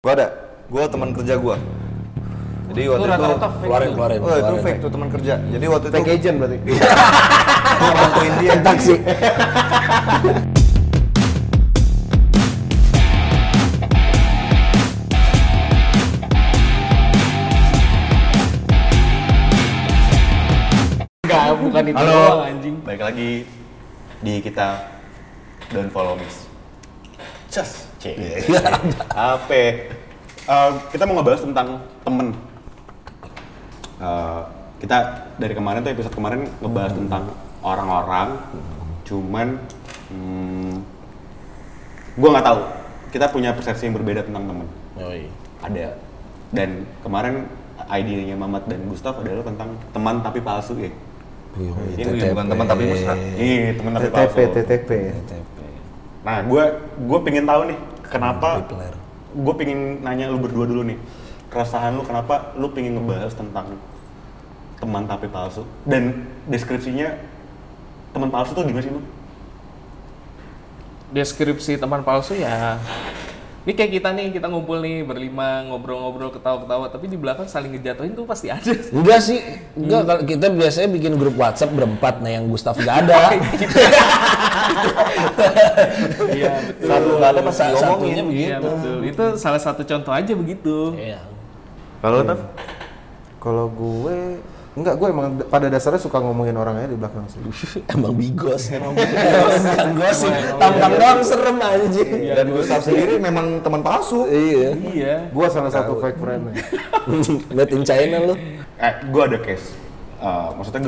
Gua ada. Gua teman kerja gua. Jadi waktu itu keluarin. Oh, itu fake tuh teman kerja. Jadi waktu itu Fake agent berarti. gua bantuin dia Taksi. Enggak, bukan itu Halo. doang anjing. Baik lagi di kita Don't Follow Me. Just Apa? Kita mau ngebahas tentang temen. Kita dari kemarin tuh episode kemarin ngebahas tentang orang-orang, cuman gue nggak tahu. Kita punya persepsi yang berbeda tentang temen. Ada. Dan kemarin idenya Mamat dan Gustaf adalah tentang teman tapi palsu ya. Ini bukan teman tapi mesra. Ini teman tapi palsu. TTP. Nah, gue pengen tahu nih kenapa. Gue pengen nanya lu berdua dulu nih, keresahan lu kenapa lu pengen ngebahas tentang teman tapi palsu, dan deskripsinya teman palsu tuh gimana sih lu? Deskripsi teman palsu ya. Ini kayak kita nih, kita ngumpul nih berlima, ngobrol-ngobrol, ketawa-ketawa, tapi di belakang saling ngejatuhin tuh pasti ada. Enggak sih, kalau kita biasanya bikin grup WhatsApp berempat, nah yang Gustaf nggak ada. Iya, betul. Satu nggak ada pasti Satunya ngomongin. begitu. Iya, betul. Itu salah satu contoh aja begitu. Iya. Kalau Taf? Kalau gue enggak, gue emang pada dasarnya suka ngomongin orang aja di belakang sih. Emang bigos. Bukan gosip, tampang doang serem aja. Dan Gustaf sendiri memang teman palsu. Iya. Iya. Gue salah satu fake friend. Made in China lu. Gue ada case, maksudnya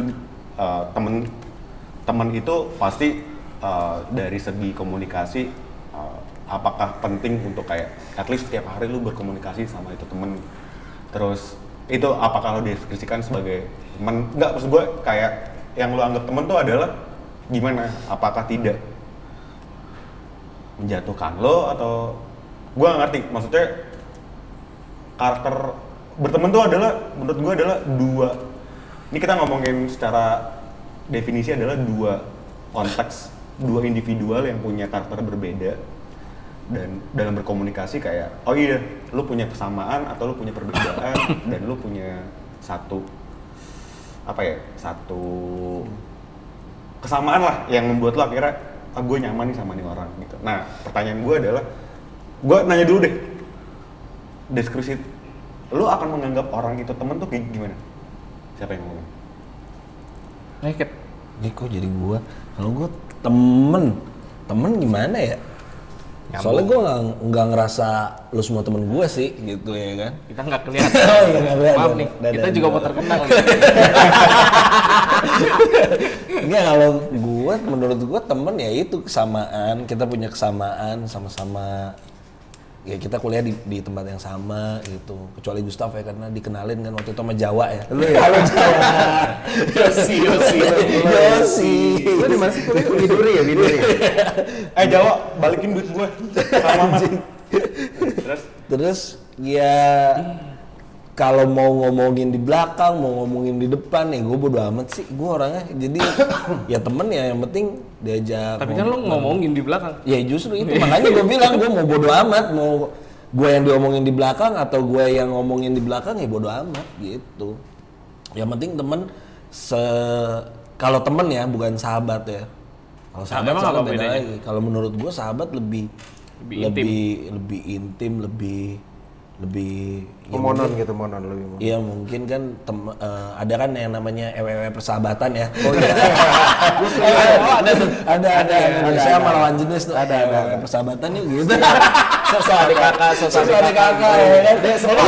temen itu pasti dari segi komunikasi, apakah penting untuk kayak at least setiap hari lu berkomunikasi sama itu temen, terus itu apakah lo deskripsikan sebagai temen? Enggak, maksud gue kayak yang lu anggap temen tuh adalah gimana, apakah tidak menjatuhkan lo atau gue nggak ngerti, maksudnya karakter berteman tuh adalah menurut gue adalah dua, ini kita ngomongin secara definisi adalah dua konteks, dua individual yang punya karakter berbeda dan dalam berkomunikasi kayak oh iya lu punya kesamaan atau lu punya perbedaan dan lu punya satu kesamaan lah yang membuat lu akhirnya gue nyaman nih sama nih orang gitu. Nah pertanyaan gue adalah, gue nanya dulu deh, deskripsi lu akan menganggap orang itu temen tuh kayak gimana? Siapa yang ngomong? Naked. Ini kok jadi gua? Kalau gua temen gimana ya? Soalnya gue nggak ngerasa lu semua temen gue sih, gitu ya kan? Kita nggak kelihatan. Oh, iya, nggak kelihatan. Maaf nih, kita juga mau terkenal. Enggak, kalau gue, menurut gue temen ya itu kesamaan. Kita punya kesamaan, sama-sama. Ya kita kuliah di tempat yang sama gitu. Kecuali Gustaf ya, karena dikenalin kan waktu itu sama Jawa ya. Lu ya? Halo Jawa. Yosi. Lu di mana sih? Biduri ya? Jawa, balikin duit gue sama Mamat. Terus ya kalau mau ngomongin di belakang, mau ngomongin di depan nih, gue bodo amat sih, gue orangnya. Jadi ya temen ya, yang penting diajak. Tapi kan lu ngomongin di belakang. Ya justru itu, makanya gue bilang gue mau bodo amat, mau gue yang diomongin di belakang atau gue yang ngomongin di belakang ya bodo amat gitu. Yang penting temen kalau temen ya bukan sahabat ya. Kalau sahabat emang soalnya apa beda bedanya? lagi. Kalau menurut gue sahabat lebih intim, lebih ya Monon mungkin- gitu, monon lebih monon. Iya mungkin kan ada kan yang namanya ewe persahabatan ya. Oh iya. Ada. Saya sama lawan jenis tuh. Ada persahabatan yuk gitu. Sosok adik kakak, Sosok adik kakak ya kan.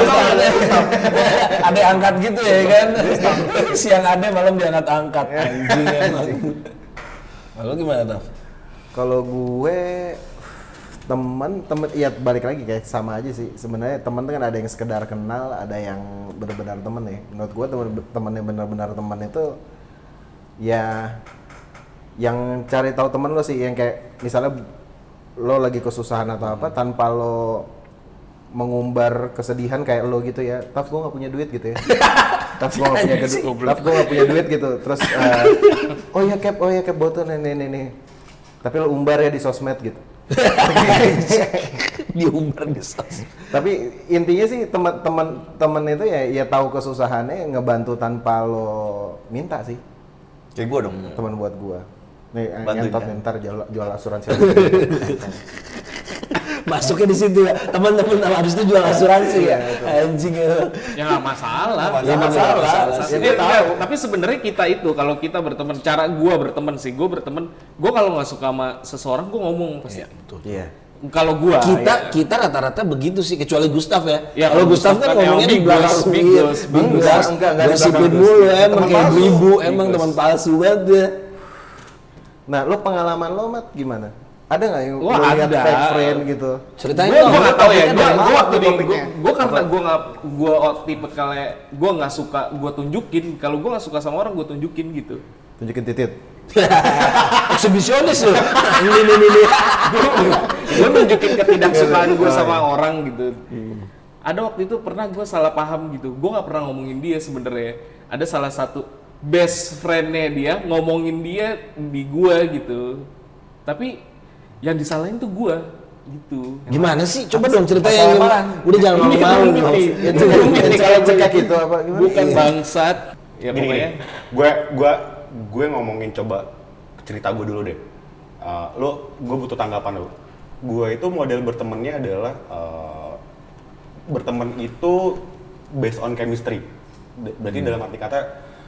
Ada angkat gitu ya kan. Siang ada, malam diangkat-angkat. Anjing emang. Lalu gimana Taf? Kalau gue temen iya balik lagi kayak sama aja sih sebenarnya. Temen tuh kan ada yang sekedar kenal, ada yang benar-benar temen ya. Menurut gue temen yang benar-benar temen itu ya yang cari tahu temen lo sih, yang kayak misalnya lo lagi kesusahan atau apa tanpa lo mengumbar kesedihan kayak lo gitu ya, Taf gue nggak punya duit gitu ya. Taf gue nggak punya duit gitu, terus oh ya Cap botol nih, tapi lo umbar ya di sosmed gitu. diumbar di sosmed. Tapi intinya sih teman-teman itu ya tahu kesusahannya, ngebantu tanpa lo minta sih. Kayak gue dong. Teman buat gua. Nih Bantuin ngentot kan? ntar jual asuransi. Masuknya di situ ya, teman-teman habis itu jual asuransi ya, anjing ya. Ya nggak masalah. Ya, nggak masalah. Ya, Eh, gua enggak, tapi sebenarnya kita itu kalau kita berteman, cara gua berteman sih, gua berteman, gua kalau nggak suka sama seseorang gua ngomong pasti. Iya. Kalau gua Kita rata-rata begitu sih, kecuali Gustaf ya. Ya, Kalau kalau Gustaf Gustaf kan kan ngomongnya yang di belakang big goals, big goals. Enggak di gosipin belakang mulu goals. emang Teman kayak palsu. ibu, emang Big teman goals. palsu banget ya. Nah, lo pengalaman lo Mat gimana? Ada nggak yang Wah, lo lihat ada. fake friend gitu? Ceritain gue dong. nggak tahu ya, Topiknya dari gue mana waktu tuh di topiknya? gue karena gue tipe kayak gue nggak suka gue tunjukin, kalau gue nggak suka sama orang gue tunjukin gitu. Tunjukin titit. Eksibisionis lu. Ini. Gue nunjukin ketidaksukaan gue sama orang gitu. Ada waktu itu pernah gue salah paham gitu, gue nggak pernah ngomongin dia sebenarnya. Ada salah satu best friendnya dia ngomongin dia di gue gitu, tapi yang disalahin tuh gue gitu. Gimana sih? Coba dong cerita yang udah jangan malu-malu Ini dong. nih, Yang ini cekak gitu apa gimana? bukan bangsat. Ya Gini, pokoknya. gue ngomongin coba cerita gue dulu deh. Gue butuh tanggapan lo. Gue itu model bertemannya adalah berteman itu based on chemistry. Berarti dalam arti kata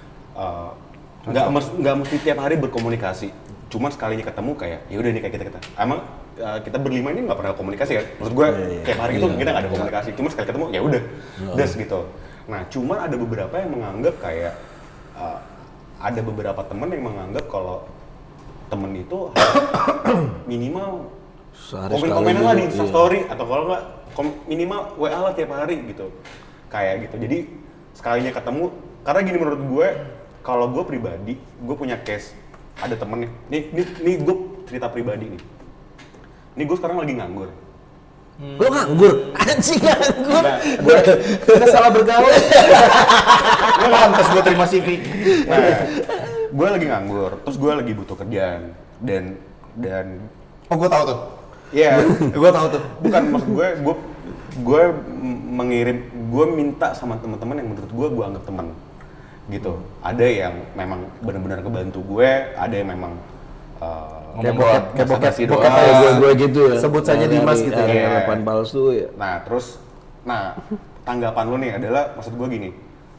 nggak mesti tiap hari berkomunikasi. Cuma sekalinya ketemu kayak ya udah nih kayak kita. Emang kita berlima ini nggak pernah komunikasi kan? Maksud gue tiap hari itu kita nggak ada komunikasi. Cuma sekali ketemu ya udah, des gitu. Nah, cuman ada beberapa yang menganggap kayak ada beberapa temen yang menganggap kalau temen itu harus minimal Sehari komen-komenan sekali lah di gitu, Instastory atau kalau nggak minimal WA lah tiap hari gitu. Kayak gitu. Jadi sekalinya ketemu, karena gini menurut gue, kalau gue pribadi, gue punya case, ada temennya. Nih gue cerita pribadi nih. Nih gue sekarang lagi nganggur. Lo nganggur? Anjing nganggur. Kita salah bergaul. Gue lantas gue terima CV. Nah, gue lagi nganggur, terus gue lagi butuh kerjaan dan Oh, gue tahu tuh. ya Gue tahu tuh. bukan maksud gue gue minta sama teman-teman yang menurut gue anggap teman gitu. Ada yang memang benar-benar kebantu gue, ada yang memang Kayak basa-basi bokep doang. Kayak gue gitu ya. Sebut saja Dimas gitu ya. Iya. Harapan palsu ya. Nah, tanggapan lu nih adalah, maksud gue gini,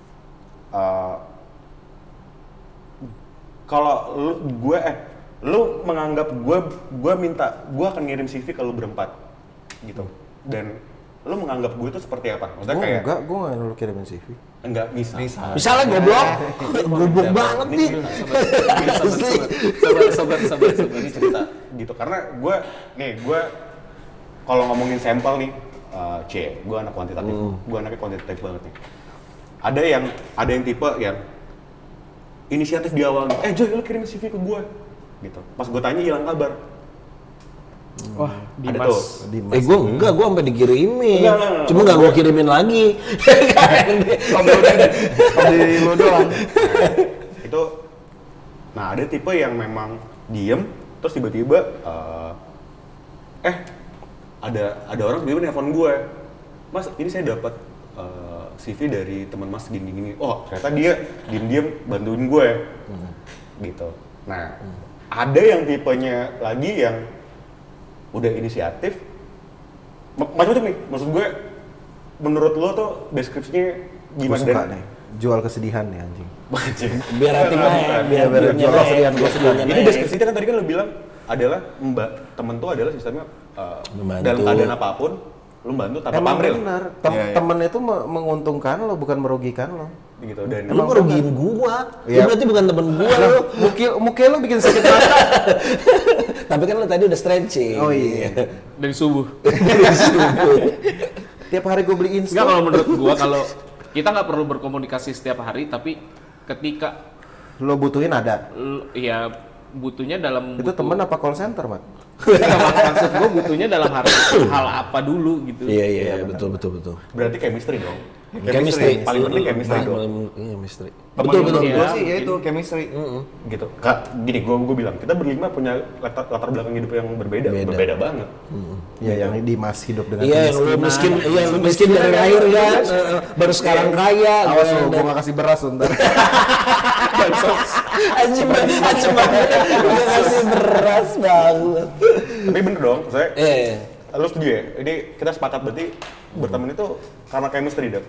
kalau lu menganggap gue minta, gue akan ngirim CV ke lu berempat, gitu, dan lu menganggap gue itu seperti apa? Maksudnya kayak Gue nggak lu kirimin CV. enggak bisa. Misalnya goblok. Goblok banget nih. Sabar. Ini cerita gitu, karena gue kalau ngomongin sampel nih, gue anak kuantitatif, gue anaknya kuantitatif banget nih. Ada yang tipe yang inisiatif di awal, Joy lu kirim CV ke gue, gitu. Pas gue tanya hilang kabar. Wah, Ada tuh. Dimas. Gue enggak, gue sampai dikirimin. Enggak. Cuma enggak gue kirimin lagi. Di lo doang. Itu, nah ada tipe yang memang diem, terus tiba-tiba ada orang tiba-tiba nelfon gue, Mas, ini saya dapat CV dari teman Mas gini-gini. Oh, ternyata dia diem-diem bantuin gue, gitu. Nah, ada yang tipenya lagi yang udah inisiatif, macam-macam nih. Maksud gue, menurut lo tuh deskripsinya Gue gimana? suka nih. Jual kesedihan nih anjing. Biar hati naik, biar jual kesedihan, gue sedih. Ini deskripsinya kan tadi kan lo bilang adalah temen tuh adalah sistemnya Membantu. dalam keadaan apapun lo bantu tanpa Emang pamrih benar. Iya. Temen itu menguntungkan lo, bukan merugikan lo. gitu. Dan Lu ngerugiin gua. Lu Iya. berarti bukan temen gua lu. Mukil lo bikin sakit mata. Tapi kan lu tadi udah stretching. Oh iya. Dari subuh. Tiap hari gue beli Enggak, instan. kalau menurut gua, kalau kita nggak perlu berkomunikasi setiap hari, tapi ketika Lo butuhin ada. ya butuhnya dalam Itu temen apa call center, Mat? Maksud gue butuhnya dalam hal apa dulu gitu. Iya, betul. Berarti chemistry dong. Chemistry. Paling penting chemistry dong. Chemistry. Betul iya, gue sih ya mungkin. itu chemistry. Gitu. Gini, gue bilang kita berlima punya latar belakang hidup yang berbeda banget. Ya yang Dimas hidup dengan Iya, yang lu miskin, yang miskin dari lahir kan, baru sekarang kaya. Awas lu, gua nggak kasih beras ntar. Anjing banget, udah kasih beras banget. Tapi bener dong, saya Eh, lu setuju ya? Ini kita sepakat berarti berteman itu karena chemistry dong.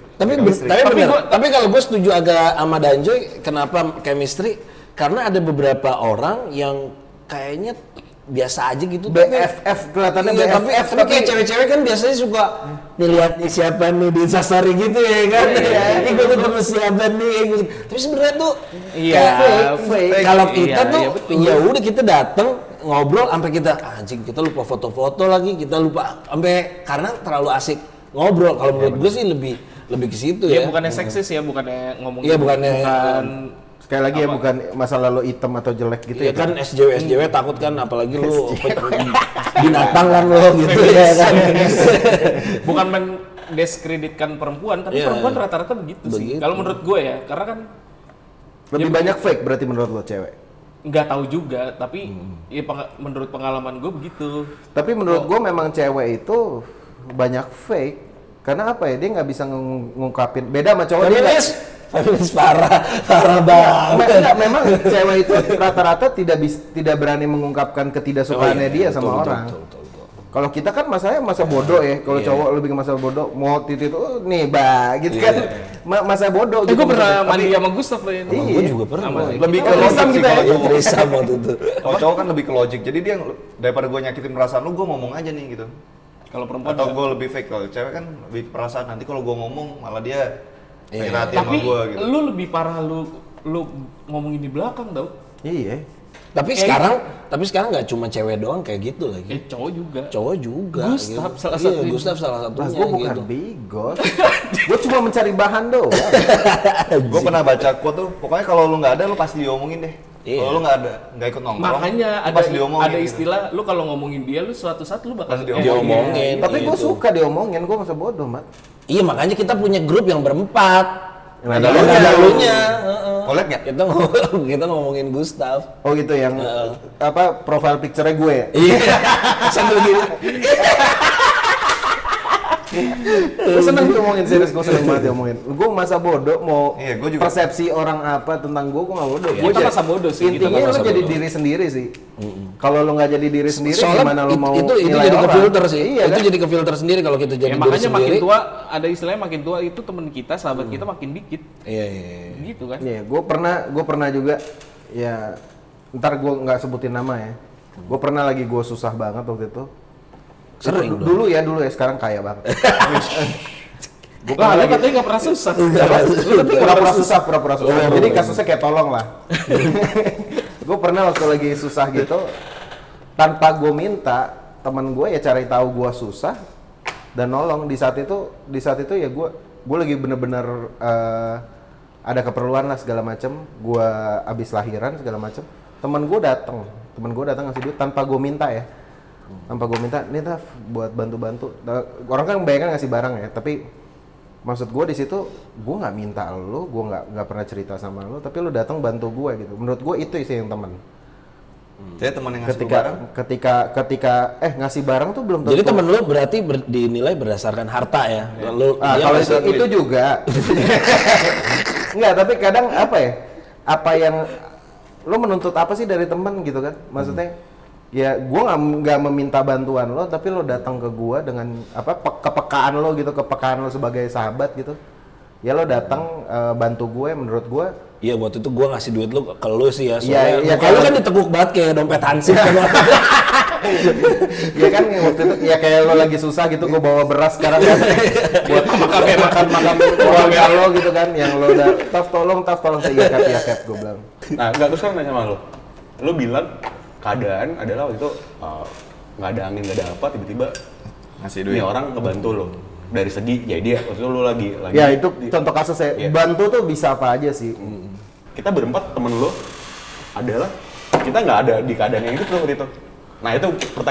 Tapi kalau gue setuju agak sama Danjoy, kenapa chemistry? Karena ada beberapa orang yang kayaknya biasa aja gitu. BFF kelihatannya Iya, BFF tapi kayak cewek-cewek kan biasanya suka nih lihat nih siapa nih di Instastory gitu ya kan. Ikut ketemu siapa nih ikut. Tapi sebenarnya tuh Iya, kayak fake. Kalau kita Iya, tuh iya, betul. ya udah kita datang ngobrol sampai kita anjing kita lupa foto-foto lagi, kita lupa sampai karena terlalu asik ngobrol. Kalau menurut gue sih lebih ke situ Ya ya. bukannya seksis ya, bukannya ngomongin. Iya, bukan Sekali lagi ya bukan masalah lo hitam atau jelek gitu ya ya. kan SJW takut kan apalagi lu binatang kan lo gitu ya kan. Bukan mendiskreditkan perempuan, tapi Iya. perempuan rata-rata begitu sih. Begitu. Kalau menurut gue ya, karena kan Lebih banyak fake berarti menurut lo cewek. nggak tahu juga, tapi ya menurut pengalaman gue begitu. Tapi menurut gua memang cewek itu banyak fake. Karena apa ya? Dia nggak bisa ngungkapin. Beda sama cowok dia nggak- Feminis parah banget. Enggak, memang cewek itu rata-rata tidak berani mengungkapkan ketidaksukaannya dia sama orang. Kalau kita kan masa bodoh ya. Kalau cowok lebih ke masa bodoh, mau titit nih gitu kan. Masa bodoh Gue pernah maksudnya. mandi sama Gustaf ya. Iya. Gue juga pernah. Lebih ke Oh, logik trisam sih kita ya? kalau cowok. Trisam waktu itu. Kalau cowok kan lebih ke logik. Jadi dia daripada gue nyakitin perasaan lu, gue ngomong aja nih gitu. Kalau perempuan Atau juga. gue lebih fake. Kalau cewek kan lebih ke perasaan. Nanti kalau gue ngomong malah dia sakit hati sama Tapi gue gitu. lu lebih parah lu ngomongin di belakang tau. Iya. Tapi sekarang nggak cuma cewek doang kayak gitu lagi. Cowok juga. Cowok juga. Gustaf salah Iya, satunya. Gustaf salah Mas satunya gue bukan gitu. bigot. Gue cuma mencari bahan doang. Gue pernah baca quote tuh, pokoknya kalau lu nggak ada, lu pasti diomongin deh. Iya. Kalau lu nggak ikut nongkrong, Makanya lu ada pasti diomongin gitu. istilah lu kalau ngomongin dia lu suatu saat lu bakal Pasti diomongin. Diomongin. Tapi gue gitu. suka diomongin, gue masa bodoh, Mat. Iya, makanya kita punya grup yang berempat. Yang Yang ada ada lunya. lunya. Collab nggak? Kita ngomongin Gustaf. Oh gitu yang apa profile picture-nya gue ya? Iya. Sambil gini. Gue seneng diomongin serius, gue seneng banget diomongin. Gue masa bodoh mau Iya, gua juga. persepsi orang apa tentang gue nggak bodoh. Kita Gua jadi- masa bodoh sih, kita Intinya masa lo jadi bodoh. diri sendiri sih. Kalau lo nggak jadi diri sendiri, Soalnya gimana lo mau itu nilai jadi ke orang? filter sih. Iya Itu kan? jadi ke filter sendiri kalau kita jadi Ya, diri makanya makin sendiri. tua ada istilahnya makin tua itu temen kita, sahabat kita makin dikit. Iya. Gitu kan. Iya, gue pernah juga ya. Ntar gue nggak sebutin nama ya. Gue pernah lagi gue susah banget waktu itu. Sering Itu dong. dulu sekarang kaya banget. Gue katanya nggak pernah susah. Pura-pura susah. Jadi kasusnya kayak tolong lah. Gue pernah waktu lagi susah gitu, tanpa gue minta, teman gue ya cari tahu gue susah dan nolong. Di saat itu ya gue lagi bener-bener ada keperluan lah segala macem. Gue abis lahiran segala macem. Temen gue datang ngasih duit tanpa gue minta ya. Tanpa gue minta, nih Taf buat bantu-bantu. Orang kan bayangkan ngasih barang ya, tapi maksud gue di situ gue nggak minta lo, gue nggak pernah cerita sama lo, tapi lo datang bantu gue gitu. Menurut gue itu sih yang teman. Saya teman yang ngasih barang. Ketika ngasih barang tuh belum tentu. Jadi temen lu berarti dinilai berdasarkan harta ya. Lu dia Kalau ngasih itu juga. Enggak, tapi kadang apa ya? Apa yang lo menuntut apa sih dari teman gitu kan? Maksudnya ya gue nggak meminta bantuan lo, tapi lo datang ke gue dengan apa kepekaan lo gitu, kepekaan lo sebagai sahabat gitu. Ya lo datang bantu gue, menurut gue. Iya, waktu itu gua ngasih duit lu ke lu sih ya. Iya, Soalnya kalau lu kan diteguk banget kayak dompet hansip kan. Ya kan waktu itu ya kayak lo lagi susah gitu, gue bawa beras sekarang kan buat makan keluarga lo gitu kan, yang lo udah Taf tolong iya Cap gue bilang. Nah, nggak terus sekarang nanya sama lo. Lo bilang keadaan adalah waktu itu nggak ada angin, nggak ada apa, tiba-tiba Ngasih ini duit. orang ngebantu lo. Dari segi, ya dia, waktu itu lo lagi Ya itu contoh kasus saya, Iya. bantu tuh bisa apa aja sih. Kita berempat temen lo adalah kita nggak ada di keadaan yang itu tuh waktu itu. Nah itu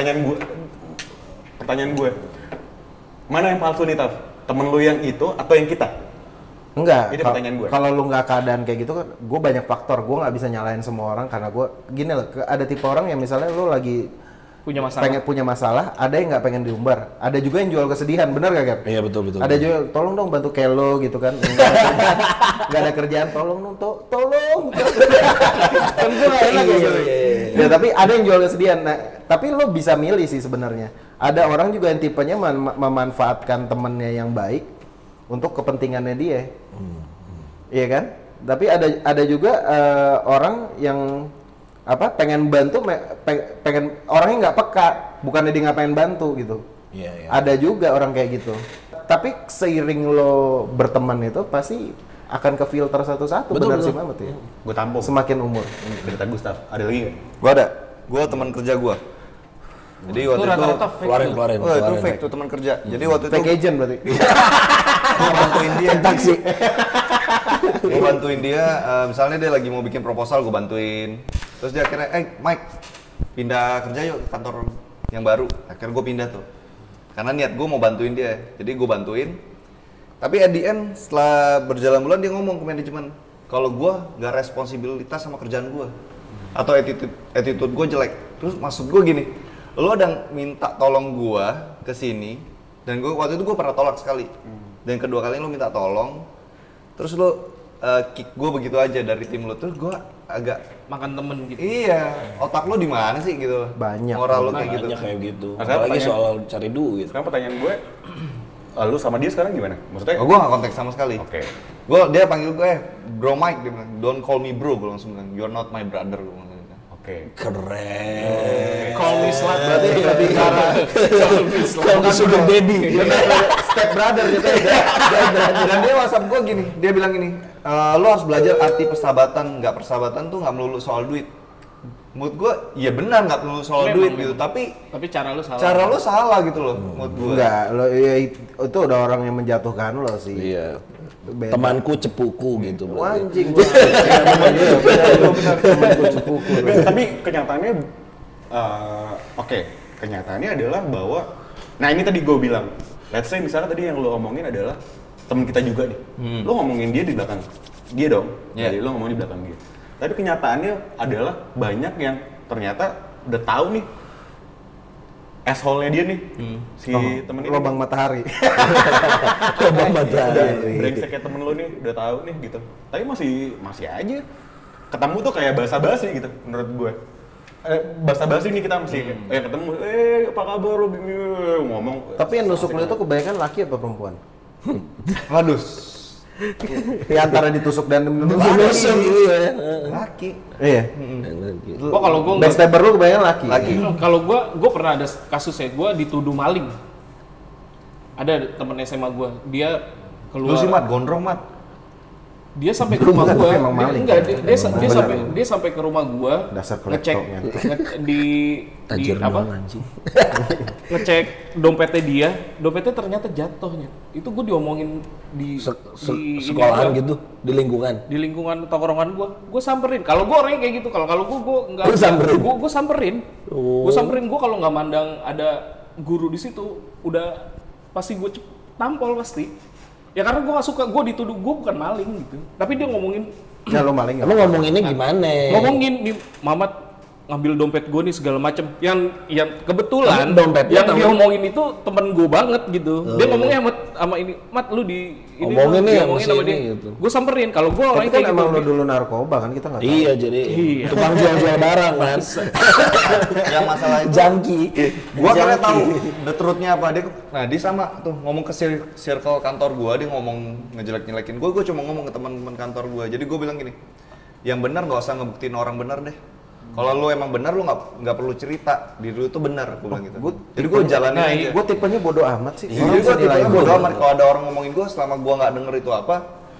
pertanyaan gue. Mana yang palsu nih, Taf? Temen lu yang itu atau yang kita? Enggak. Itu pertanyaan gue. Kalau lu nggak keadaan kayak gitu kan, gue banyak faktor. Gue nggak bisa nyalain semua orang karena gue gini loh. Ada tipe orang yang misalnya lu lagi Punya masalah. pengen punya masalah, ada yang nggak pengen diumbar, ada juga yang jual kesedihan, benar gak Gap? Iya betul. Ada juga, tolong dong bantu Kelo gitu kan, nggak ada kerjaan, tolong dong, tolong. Kan gue nggak enak gitu. Ya tapi ada yang jual kesedihan. Nah, tapi lo bisa milih sih sebenarnya. Ada orang juga yang tipenya memanfaatkan temennya yang baik untuk kepentingannya dia. Iya kan? Tapi ada juga orang yang pengen bantu, pengen orangnya nggak peka, bukannya dia nggak pengen bantu gitu. Iya. Ada juga orang kayak gitu. Tapi seiring lo berteman itu pasti akan ke filter satu-satu. Benar sih Mamet ya. Gue tampung. Semakin umur. Cerita Gustaf. Ada lagi nggak? Gua ada. Gua teman kerja gua. Jadi waktu itu rata-rata fake. Keluarin. Oh, itu fake tuh teman kerja. Jadi waktu itu Fake agent berarti. gua bantuin dia. Taksi. Gua bantuin dia, misalnya dia lagi mau bikin proposal, gua bantuin. Terus dia akhirnya, Mike, pindah kerja yuk ke kantor yang baru. Akhirnya gua pindah tuh. Karena niat gua mau bantuin dia. Jadi gua bantuin. Tapi at the end, setelah berjalan bulan dia ngomong ke manajemen, kalau gua nggak responsibilitas sama kerjaan gua. Atau attitude gua jelek. Terus maksud gua gini, lo udah minta tolong gua ke sini, dan waktu itu gua pernah tolak sekali. Dan kedua kali lo minta tolong, terus lo kick gua begitu aja dari tim lo, terus gua agak Makan temen gitu. iya, otak lo di mana sih gitu? Banyak. Moral lo kayak gitu. Banyak kayak gitu. Nah, sekarang Apalagi pertanyaan- soal cari duit. Sekarang pertanyaan gue, lu sama dia sekarang gimana? Maksudnya? Oh, gua gak konteks sama sekali. Oke. Dia panggil gue, bro Mike, dia bilang, don't call me bro, gue langsung bilang, you're not my brother, gue bilang gitu. Oke. Keren. Call me slut Berarti lebih ke arah Kalau sugar daddy. step brother gitu. Dan dia WhatsApp gue gini, dia bilang gini, lo harus belajar arti persahabatan, nggak persahabatan tuh nggak melulu soal duit. Menurut gue, ya benar nggak melulu soal Memang, duit memang. gitu, tapi Tapi cara lu salah. cara lo salah gitu loh, menurut gue. Enggak, lo ya, itu udah orang yang menjatuhkan lo sih. Iya. Beda. Temanku cepuku gitu Wah, berarti. anjing gua. Iya, benar. Temanku sepupu. Tapi kenyataannya, oke, kenyataannya adalah bahwa, nah ini tadi gue bilang, let's say misalnya tadi yang lo omongin adalah temen kita juga nih, lo ngomongin dia di belakang dia dong, Iya. jadi lo ngomongin di belakang dia. Tapi kenyataannya adalah banyak yang ternyata udah tahu nih asshole-nya dia nih, si temen ini. Lobang matahari. Lobang matahari. Brengsek kayak temen lo nih, udah tahu nih gitu. Tapi masih aja ketemu tuh kayak basa-basi gitu menurut gue. Basa-basi nih kita mesti ketemu, apa kabar lo, ngomong. Tapi yang nusuk lo itu kebanyakan laki apa perempuan? Waduh, Di antara ditusuk dan menusuk. Iya. laki. Iya. Gua kalau gua nggak- Backstabber lu kebanyakan laki. Kalau gua pernah ada kasusnya, gua dituduh maling. Ada temen SMA gua, dia Lu keluar. sih Mat, gondrong Mat. Dia sampai ke rumah gua. Emang maling. Enggak, dia Benar. sampai ke rumah gua. Dasar ngecek kolektor, di Tajir apa? doang anjing. Ngecek dompetnya dia, dompetnya ternyata jatuhnya. Itu gua diomongin di Sekolahan ini gitu di lingkungan. di lingkungan tongkrongan gua samperin. Kalau gua orangnya kayak gitu, kalau gua enggak. Lu samperin? Gua samperin. Oh. Gua samperin, gua kalau nggak mandang ada guru di situ, udah pasti gua tampol pasti. Ya karena gua nggak suka, gua dituduh gua bukan maling gitu. Tapi dia ngomongin Ya lu maling nggak? Emang ngomonginnya gimana? ngomongin nih Mamat ngambil dompet gue nih segala macem yang kebetulan Tapi dompetnya yang temen- dia ngomongin itu temen gue banget gitu. Dia ngomongnya sama ini, Mat lu di ini Omongin lu, nih dia sama ngomongin si sama ini dia. gitu. Gue samperin, kalau gue Tapi orangnya kan kayak emang gitu. lu dulu narkoba kan kita nggak tahu. Iya jadi Iya. tukang jual-jual barang kan. Yang masalah itu Jangki. gua karena tahu the truth-nya apa. Dia sama tuh ngomong ke circle kantor gua, dia ngomong ngejelek-jelekin gua cuma ngomong ke teman-teman kantor gua. Jadi gua bilang gini, yang benar nggak usah ngebuktiin orang benar deh. Kalau lu emang benar, lu nggak perlu cerita diri lu tuh benar, gua bilang gitu. Jadi gua jalanin aja. Gue tipenya bodoh amat sih. Jadi Orang gua bisa nilai tipenya gua. bodo amat. Kalau ada orang ngomongin gua, selama gua nggak denger itu apa,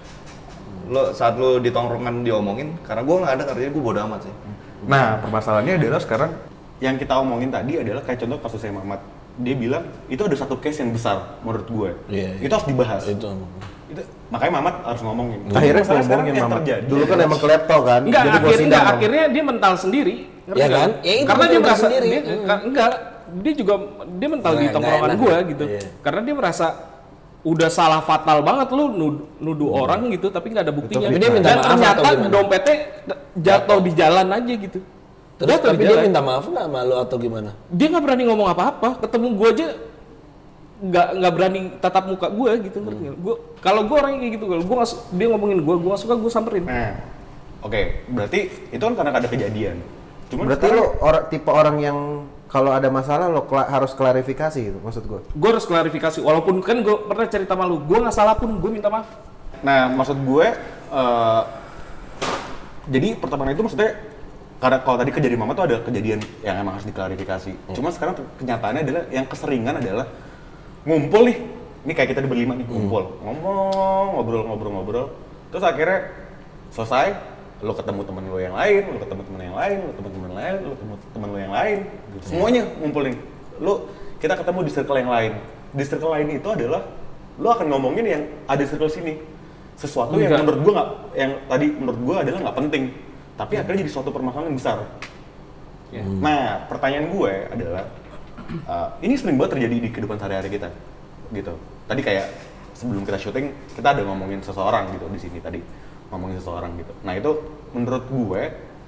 saat lu di tongkrongan diomongin, karena gua nggak denger, jadi gua bodo amat sih. Nah, permasalahannya adalah sekarang yang kita omongin tadi adalah kayak contoh kasusnya Mamat. Dia bilang itu ada satu case yang besar menurut gue. Iya, iya. Itu harus dibahas. Itu. Itu makanya Mamat harus ngomongin. Akhirnya Masalahnya sekarang ngomongin yang Mama. terjadi Dulu kan emang klepto kan. Enggak, Jadi gua sidang. akhirnya dia mental sendiri. ngerti Ya nggak? kan? Ya itu Karena dia filter merasa sendiri. dia juga dia mental di Nggak tongkrongan enak. gue gitu. Iya. Karena dia merasa udah salah fatal banget lu nuduh orang gitu tapi nggak ada buktinya. Tapi dia minta Dan maaf ternyata atau gimana? dompetnya jatuh di jalan aja gitu. Terus Jatuh tapi di dia jalan. minta maaf nggak sama lu atau gimana? Dia nggak berani ngomong apa-apa. Ketemu gue aja nggak berani tatap muka gue gitu. Ngerti nggak? Kalau gue orangnya kayak gitu, kalau dia ngomongin gue nggak suka, gue samperin. Nah, oke, berarti itu kan karena ada kejadian. Cuman Berarti sekarang- lo tipe orang yang kalau ada masalah lo harus klarifikasi gitu maksud gue. Gue harus klarifikasi, walaupun kan gue pernah cerita malu, gue nggak salah pun gue minta maaf. Nah, maksud gue, jadi pertemanan itu maksudnya, karena kalau tadi kejadian mama tuh ada kejadian yang emang harus diklarifikasi. Cuma sekarang kenyataannya adalah, yang keseringan adalah ngumpul nih, ini kayak kita berlima nih, ngumpul, ngomong, ngobrol, terus akhirnya selesai, lo ketemu temen lo yang lain, lo ketemu temen yang lain, lo ketemu temen lain, lo ketemu temen lo yang lain, gitu. Semuanya ngumpulin. Kita ketemu di circle yang lain. Di circle lain itu adalah lo akan ngomongin yang ada di circle sini. Sesuatu yang Enggak. menurut gue yang tadi menurut gue adalah nggak penting, tapi akhirnya jadi suatu permasalahan yang besar. Nah, pertanyaan gue adalah, ini sering banget terjadi di kehidupan sehari-hari kita, gitu. Tadi kayak sebelum kita syuting, kita ada ngomongin seseorang gitu di sini tadi, ngomongin seseorang gitu. Nah itu menurut gue,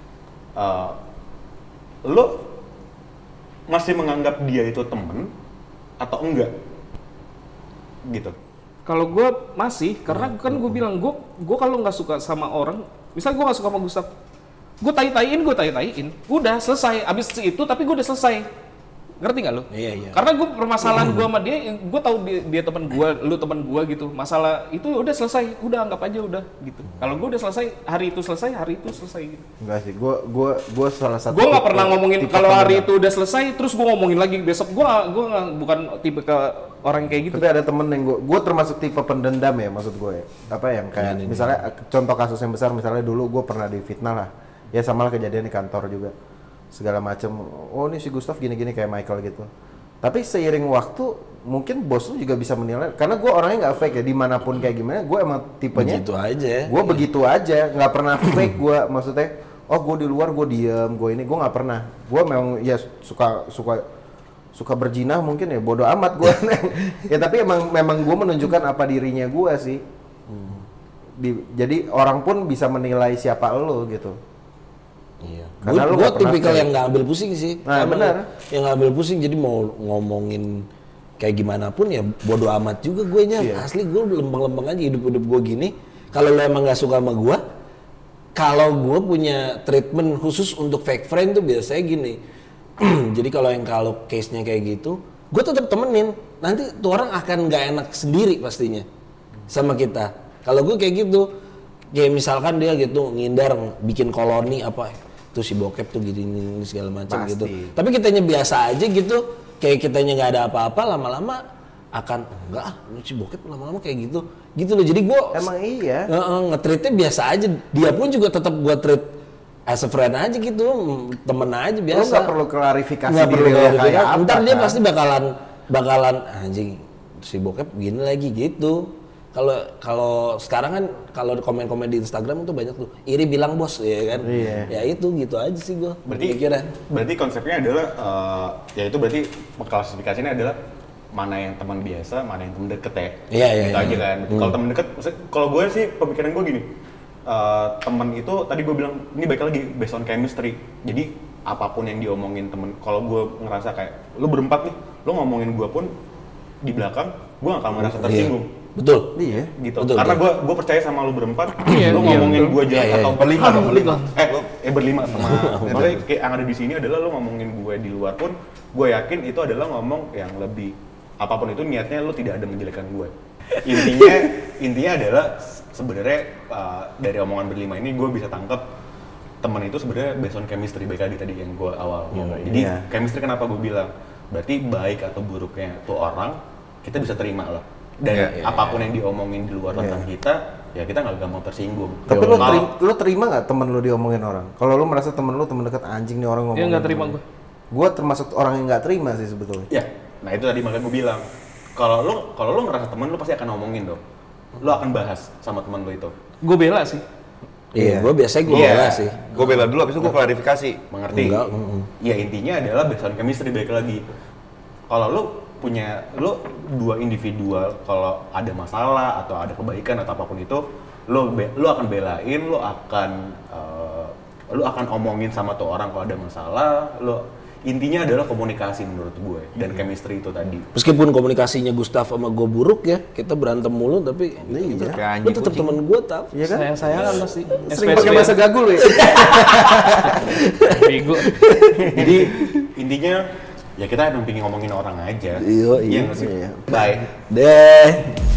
lo masih menganggap dia itu temen atau enggak, gitu. Kalau gue masih, karena kan gue bilang gue kalau nggak suka sama orang, misal gue nggak suka sama Gustaf, gue tai-taiin, udah selesai. Abis itu tapi gue udah selesai, ngerti nggak lo? Iya. Karena gue permasalahan gue sama dia, gue tahu dia teman gue, lu teman gue gitu. Masalah itu udah selesai, udah anggap aja udah gitu. Kalau gue udah selesai, hari itu selesai gitu. Enggak sih, gue salah satu. Gue nggak tipe- pernah ngomongin tipe kalau hari pendendam. itu udah selesai, terus gue ngomongin lagi besok. Gue bukan tipe ke orang kayak gitu. Tapi ada temen yang gue termasuk tipe pendendam ya maksud gue ya. Apa yang kayak misalnya contoh kasus yang besar misalnya dulu gue pernah difitnah lah. Ya sama lah kejadian di kantor juga. Segala macem. Oh ini si Gustaf gini-gini kayak Michael gitu. Tapi seiring waktu mungkin bos lu juga bisa menilai karena gue orangnya nggak fake ya dimanapun kayak gimana gue emang tipenya Begitu aja. gue begitu aja nggak pernah fake gue maksudnya oh gue di luar gue diem gue ini gue nggak pernah gue memang ya suka berjinah mungkin ya bodoh amat gue ya tapi memang gue menunjukkan apa dirinya gue sih jadi orang pun bisa menilai siapa lo gitu. Iya. Karena lu Gue nggak pernah tipikal fake. yang nggak ambil pusing sih. Nah, Emang benar. Yang nggak ambil pusing jadi mau ngomongin kayak gimana pun ya bodo amat juga gue nya. Iya. Asli gue lempeng-lempeng aja hidup gue gini. Kalau lo emang nggak suka sama gue, kalau gue punya treatment khusus untuk fake friend tuh biasanya gini. Jadi kalau case-nya kayak gitu, gue tetap temenin. Nanti tuh orang akan nggak enak sendiri pastinya sama kita. Kalau gue kayak gitu, kayak misalkan dia gitu ngindar bikin koloni apa tuh si bokep tuh gini segala macam Pasti. gitu. Tapi kitanya biasa aja gitu, kayak kitanya nggak ada apa-apa, lama-lama akan enggak ini si bokep lama-lama kayak gitu loh. Jadi gue Emang iya. nge-treatnya biasa aja. Dia pun juga tetap gue treat as a friend aja gitu, temen aja biasa. Lo nggak perlu klarifikasi Nggak perlu diri lo klarifikasi. kayak apa. Ntar dia kan? pasti bakalan anjing si bokep gini lagi gitu. Kalau sekarang kan kalau komen-komen di Instagram itu banyak tuh iri bilang bos ya kan. Iya. Ya itu gitu aja sih gua. Berarti konsepnya adalah, ya itu berarti klasifikasinya adalah mana yang teman biasa, mana yang teman deket ya. Iya, iya, Gitu iya. aja kan. Kalau teman deket, maksudnya kalau gue sih pemikiran gue gini, teman itu tadi gue bilang ini baik lagi based on chemistry. Jadi apapun yang diomongin temen, kalau gue ngerasa kayak lu berempat nih, lu ngomongin gue pun di belakang, gue gak akan merasa tersinggung. Betul. Iya. Gitu. Betul, Karena betul. gue percaya sama lu berempat, Iya, lu iya, ngomongin betul. gue jahat Iya, iya. atau Berlima dong, berlima. berlima sama maksudnya kayak yang ada di sini adalah lu ngomongin gue di luar pun gue yakin itu adalah ngomong yang lebih apapun itu niatnya lu tidak ada menjelekkan gue. Intinya adalah sebenarnya dari omongan berlima ini gue bisa tangkap teman itu sebenarnya based on chemistry baik lagi tadi yang gue awal. Jadi iya. chemistry kenapa gue bilang berarti baik atau buruknya tuh orang kita bisa terima lah. Dan Iya, apapun yang diomongin di luar tentang kita, ya kita nggak gampang tersinggung. Tapi Kalau- lu terima nggak temen lu diomongin orang? Kalau lu merasa temen lu temen dekat anjing nih orang Dia ngomongin. nggak terima gue. Gue termasuk orang yang nggak terima sih sebetulnya. Ya, nah itu tadi makanya gue bilang kalau lu ngerasa temen lu pasti akan ngomongin dong. Lu akan bahas sama temen lu itu. Gue bela sih. Iya, gue biasanya gue Iya. bela sih. Gue bela dulu, habis itu gue klarifikasi. Mengerti? Enggak, Ya intinya adalah based on chemistry balik lagi. Kalau lu punya lu dua individual, kalau ada masalah atau ada kebaikan atau apapun itu, lu akan belain, lu akan omongin sama tuh orang kalau ada masalah. Intinya adalah komunikasi menurut gue dan chemistry itu tadi. Meskipun komunikasinya Gustaf sama gue buruk ya, kita berantem mulu tapi Kayak lu anjing tetap kucing. temen gue tau. Iya kan? Sayang-sayangan pasti. Sering pakai bahasa gagul ya. Bego. Jadi intinya ya kita emang pengen ngomongin orang aja. Iya. Nggak sih? Iya. Bye. Deh.